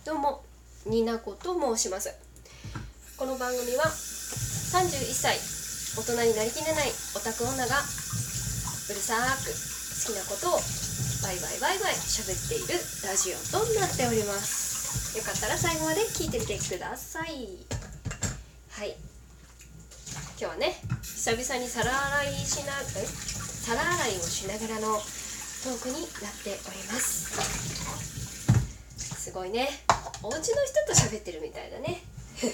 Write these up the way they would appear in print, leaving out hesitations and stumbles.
どうも、になこと申します。この番組は31歳大人になりきれないオタク女がうるさく好きなことをバイバイ喋っているラジオとなっております。よかったら最後まで聞いてみてください。はい、今日はね、久々に皿洗いをしながらのトークになっております。すごいね、お家の人と喋ってるみたいだね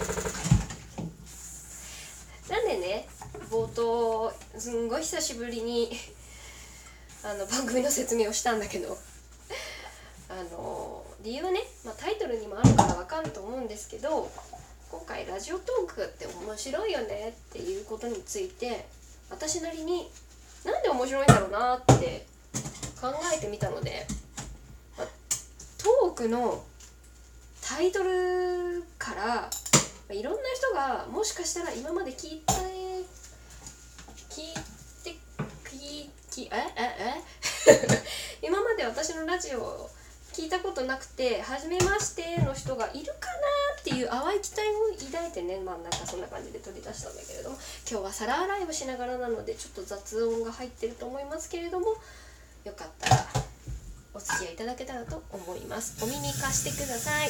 なんでね、冒頭すんごい久しぶりに番組の説明をしたんだけど理由はね、タイトルにもあるからわかると思うんですけど、今回ラジオトークって面白いよねっていうことについて私なりになんで面白いんだろうなって考えてみたので、トークのタイトルからいろんな人がもしかしたら今まで今まで私のラジオを聞いたことなくて初めましての人がいるかなっていう淡い期待を抱いてね、なんかそんな感じで取り出したんだけれども、今日は皿洗いをしながらなのでちょっと雑音が入ってると思いますけれども、よかったらお付き合いいただけたらと思います。お耳貸してください。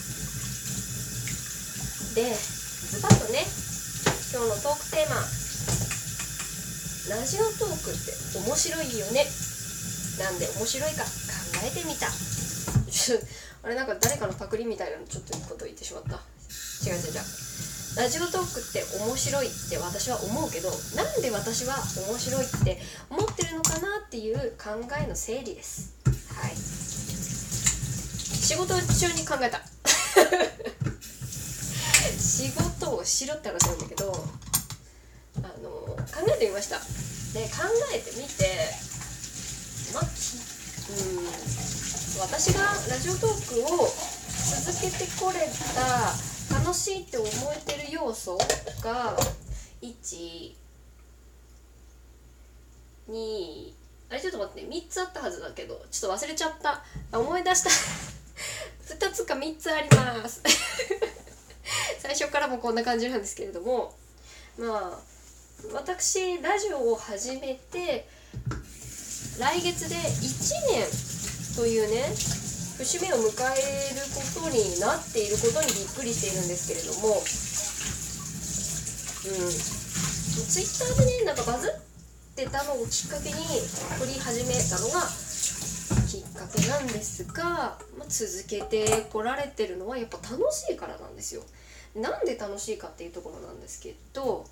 で、ズバッとね、今日のトークテーマ、ラジオトークって面白いよね。なんで面白いか考えてみた。あれ、なんか誰かのパクリみたいなのちょっといいこと言ってしまった。違う。ラジオトークって面白いって私は思うけど、なんで私は面白いって思ってるのかなっていう考えの整理です。はい。仕事中に考えた仕事をしろって話なんだけど、考えてみました。で、考えてみて、私がラジオトークを続けてこれた楽しいって思えてる要素が1、2、あれちょっと待って、3つあったはずだけどちょっと忘れちゃった。思い出した2つか3つあります最初からもこんな感じなんですけれども、私ラジオを始めて来月で1年というね節目を迎えることになっていることにびっくりしているんですけれども、ツイッターでね、なんかバズってたのをきっかけに撮り始めたのがきっかけなんですが、続けてこられてるのはやっぱ楽しいからなんですよ。なんで楽しいかっていうところなんですけど、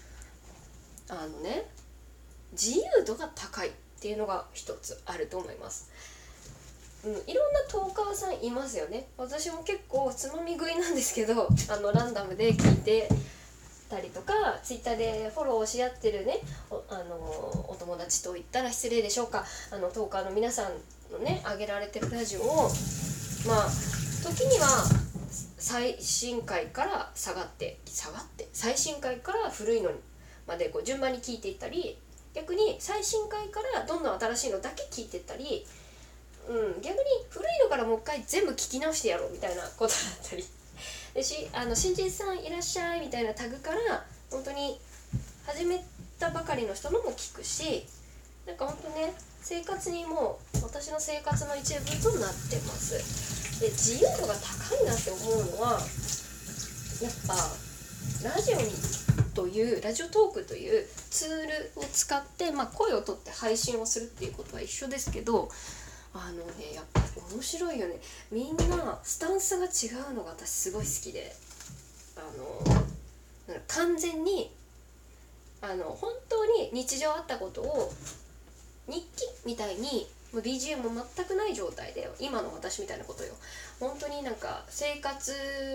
自由度が高いっていうのが一つあると思います。いろんなトーカーさんいますよね。私も結構つまみ食いなんですけど、ランダムで聞いてたりとか、ツイッターでフォローし合ってるね、お友達と言ったら失礼でしょうか、トーカーの皆さんのね上げられてるラジオを時には最新回から下がって最新回から古いのまでこう順番に聞いていったり、逆に最新回からどんどん新しいのだけ聞いていったり、逆に古いのからもう一回全部聞き直してやろうみたいなことだったりで新人さんいらっしゃいみたいなタグから本当に始めたばかりの人のも聞くし、なんか本当ね、生活にも私の生活の一部となってます。で、自由度が高いなって思うのはやっぱラジオトークというツールを使って、声を取って配信をするっていうことは一緒ですけど、やっぱ面白いよね。みんなスタンスが違うのが私すごい好きで、完全に本当に日常あったことを日記みたいに BGM も全くない状態で、今の私みたいなことよ、本当になんか生活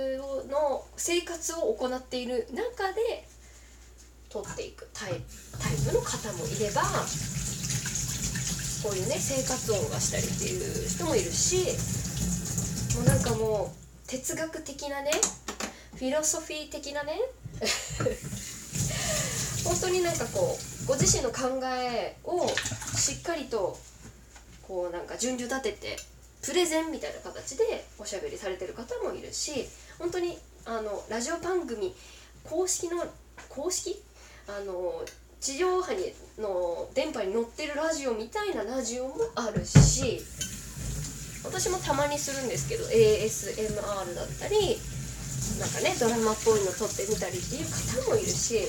を行っている中で撮っていくタイプの方もいれば、こういうね生活音がしたりっていう人もいるし、もうなんかもう哲学的なね、フィロソフィー的なね本当になんかこうご自身の考えをしっかりとこうなんか順序立ててプレゼンみたいな形でおしゃべりされてる方もいるし、本当にラジオ番組公式地上波の電波に乗ってるラジオみたいなラジオもあるし、私もたまにするんですけど ASMR だったりなんかねドラマっぽいの撮ってみたりっていう方もいるし、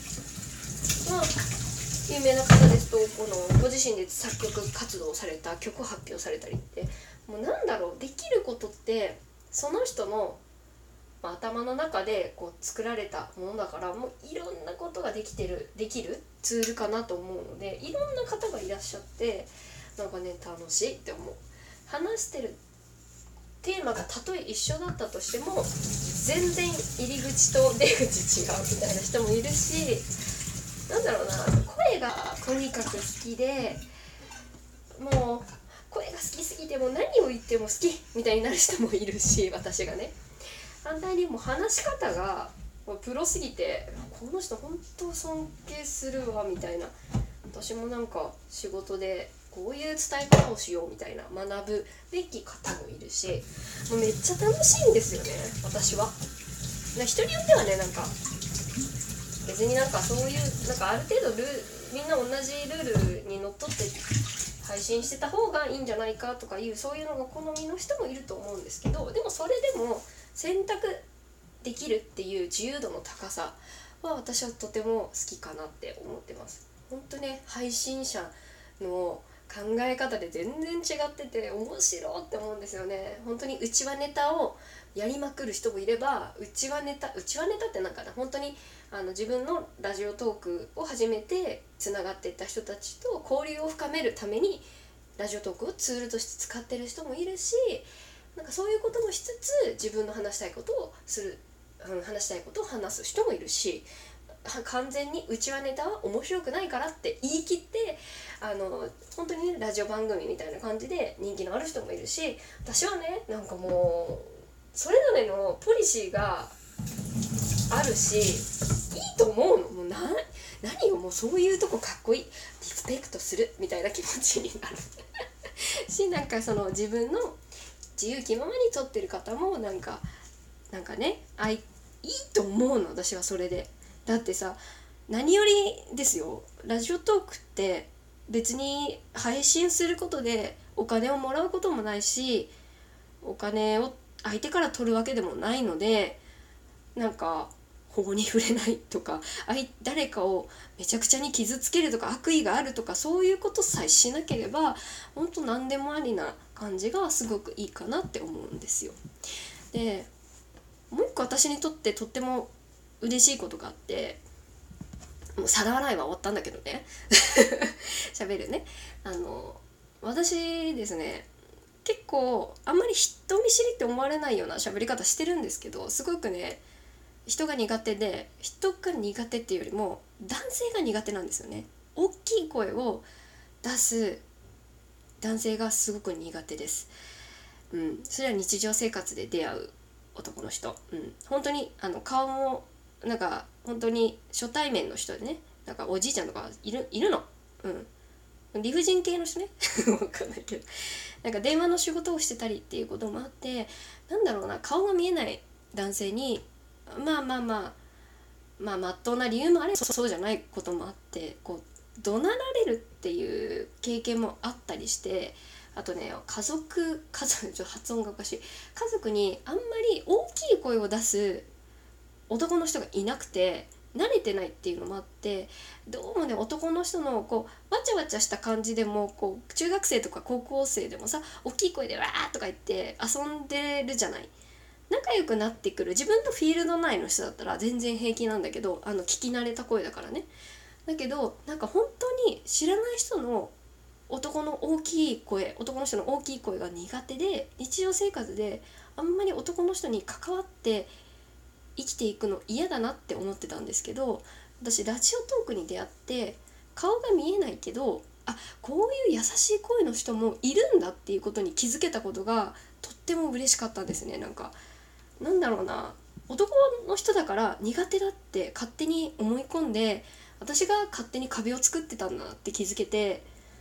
有名な方ですとご自身で作曲活動された曲発表されたりって、もうなんだろう、できることってその人の、頭の中で作られたものだから、もういろんなことができるツールかなと思うので、いろんな方がいらっしゃってなんかね楽しいって思う。話してるテーマがたとえ一緒だったとしても全然入り口と出口違うみたいな人もいるし、なんだろうな、声がとにかく好きで、もう声が好きすぎてもう何を言っても好きみたいになる人もいるし、私がね反対にもう話し方がプロすぎてこの人本当尊敬するわみたいな、私もなんか仕事でこういう伝え方をしようみたいな学ぶべき方もいるし、もうめっちゃ楽しいんですよね私は。人によってはね、なんか別になんかそういうなんかある程度みんな同じルールにのっとって配信してた方がいいんじゃないかとかいう、そういうのが好みの人もいると思うんですけど、でもそれでも選択できるっていう自由度の高さは私はとても好きかなって思ってます。本当ね、配信者の考え方で全然違ってて面白いって思うんですよね。本当に内輪ネタをやりまくる人もいれば、内輪ネタってなんかな、本当に自分のラジオトークを始めてつながっていった人たちと交流を深めるためにラジオトークをツールとして使ってる人もいるし、なんかそういうこともしつつ自分の話したいことを話す人もいるし、完全にうちはネタは面白くないからって言い切って本当にねラジオ番組みたいな感じで人気のある人もいるし、私はねなんかもうそれぞれのポリシーがあるしいいと思うの。もう何をもうそういうとこかっこいい、リスペクトするみたいな気持ちになるし、なんかその自分の自由気ままに撮ってる方もなんかねいいと思うの私はそれで。だってさ、何よりですよ、ラジオトークって別に配信することでお金をもらうこともないし、お金を相手から取るわけでもないので、なんか法に触れないとか誰かをめちゃくちゃに傷つけるとか悪意があるとかそういうことさえしなければ本当何でもありな感じがすごくいいかなって思うんですよ。でもう一個私にとってとっても嬉しいことがあって、もう皿洗いは終わったんだけどね喋るね、私ですね結構あんまり人見知りって思われないような喋り方してるんですけど、すごくね人が苦手で、人が苦手っていうよりも男性が苦手なんですよね。大きい声を出す男性がすごく苦手です。それは日常生活で出会う男の人、本当に顔もなんか本当に初対面の人でね、なんかおじいちゃんとかいるの、理不尽系の人ねわかんないけど、なんか電話の仕事をしてたりっていうこともあって、なんだろうな、顔が見えない男性にまっとうな理由もあればそうじゃないこともあって怒鳴られるっていう経験もあったりして、あとねちょっと発音がおかしい、家族にあんまり大きい声を出す男の人がいなくて慣れてないっていうのもあって、どうもね男の人のわちゃわちゃした感じでも中学生とか高校生でもさ大きい声でわーとか言って遊んでるじゃない。仲良くなってくる自分とフィールド内の人だったら全然平気なんだけど、聞き慣れた声だからね。だけどなんか本当に知らない人の男の人の大きい声が苦手で、日常生活であんまり男の人に関わって生きていくの嫌だなって思ってたんですけど、私ラジオトークに出会って顔が見えないけどこういう優しい声の人もいるんだっていうことに気づけたことがとっても嬉しかったんですね。なんだろうな、男の人だから苦手だって勝手に思い込んで私が勝手に壁を作ってたんだなって気づけて、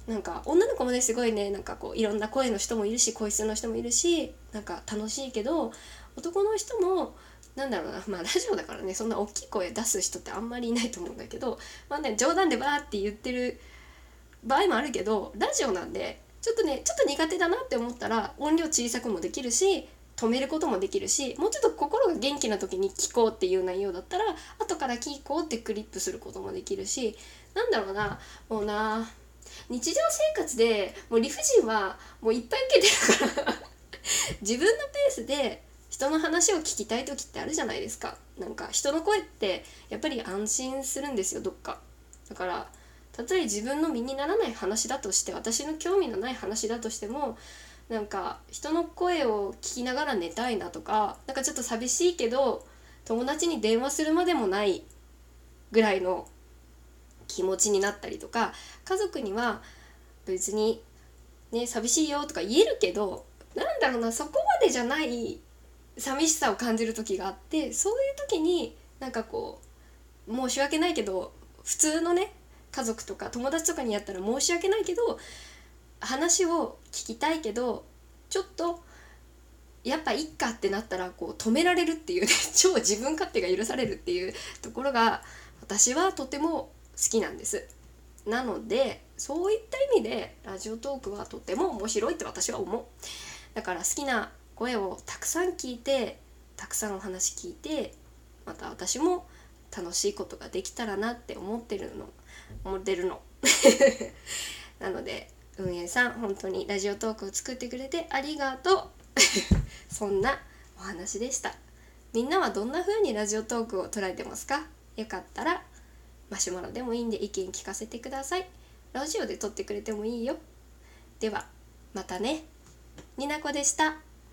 なんか女の子もねすごいね、なんかこういろんな声の人もいるし声質の人もいるし、なんか楽しいけど、男の人もなんだろうな、まあラジオだからねそんな大きい声出す人ってあんまりいないと思うんだけど、まあね冗談でバーって言ってる場合もあるけど、ラジオなんでちょっと苦手だなって思ったら音量小さくもできるし止めることもできるし、もうちょっと心が元気な時に聞こうっていう内容だったら後から聞こうってクリップすることもできるし、なんだろうな、もうな日常生活でもう理不尽はもういっぱい受けてるから自分のペースで人の話を聞きたい時ってあるじゃないですか。なんか人の声ってやっぱり安心するんですよ、どっか。だからたとえ自分の身にならない話だとして、私の興味のない話だとしても、なんか人の声を聞きながら寝たいなとか、なんかちょっと寂しいけど友達に電話するまでもないぐらいの気持ちになったりとか、家族には別にね寂しいよとか言えるけど、なんだろうな、そこまでじゃない寂しさを感じる時があって、そういう時になんかこう申し訳ないけど、普通のね家族とか友達とかにやったら申し訳ないけど話を聞きたいけどちょっとやっぱいっかってなったらこう止められるっていうね超自分勝手が許されるっていうところが私はとても好きなんです。なのでそういった意味でラジオトークはとても面白いって私は思う。だから好きな声をたくさん聞いて、たくさんお話聞いて、また私も楽しいことができたらなって思ってるのなので運営さん本当にラジオトークを作ってくれてありがとうそんなお話でした。みんなはどんな風にラジオトークを捉えてますか？よかったらマシュマロでもいいんで意見聞かせてください。ラジオで撮ってくれてもいいよ。ではまたね。になこでした。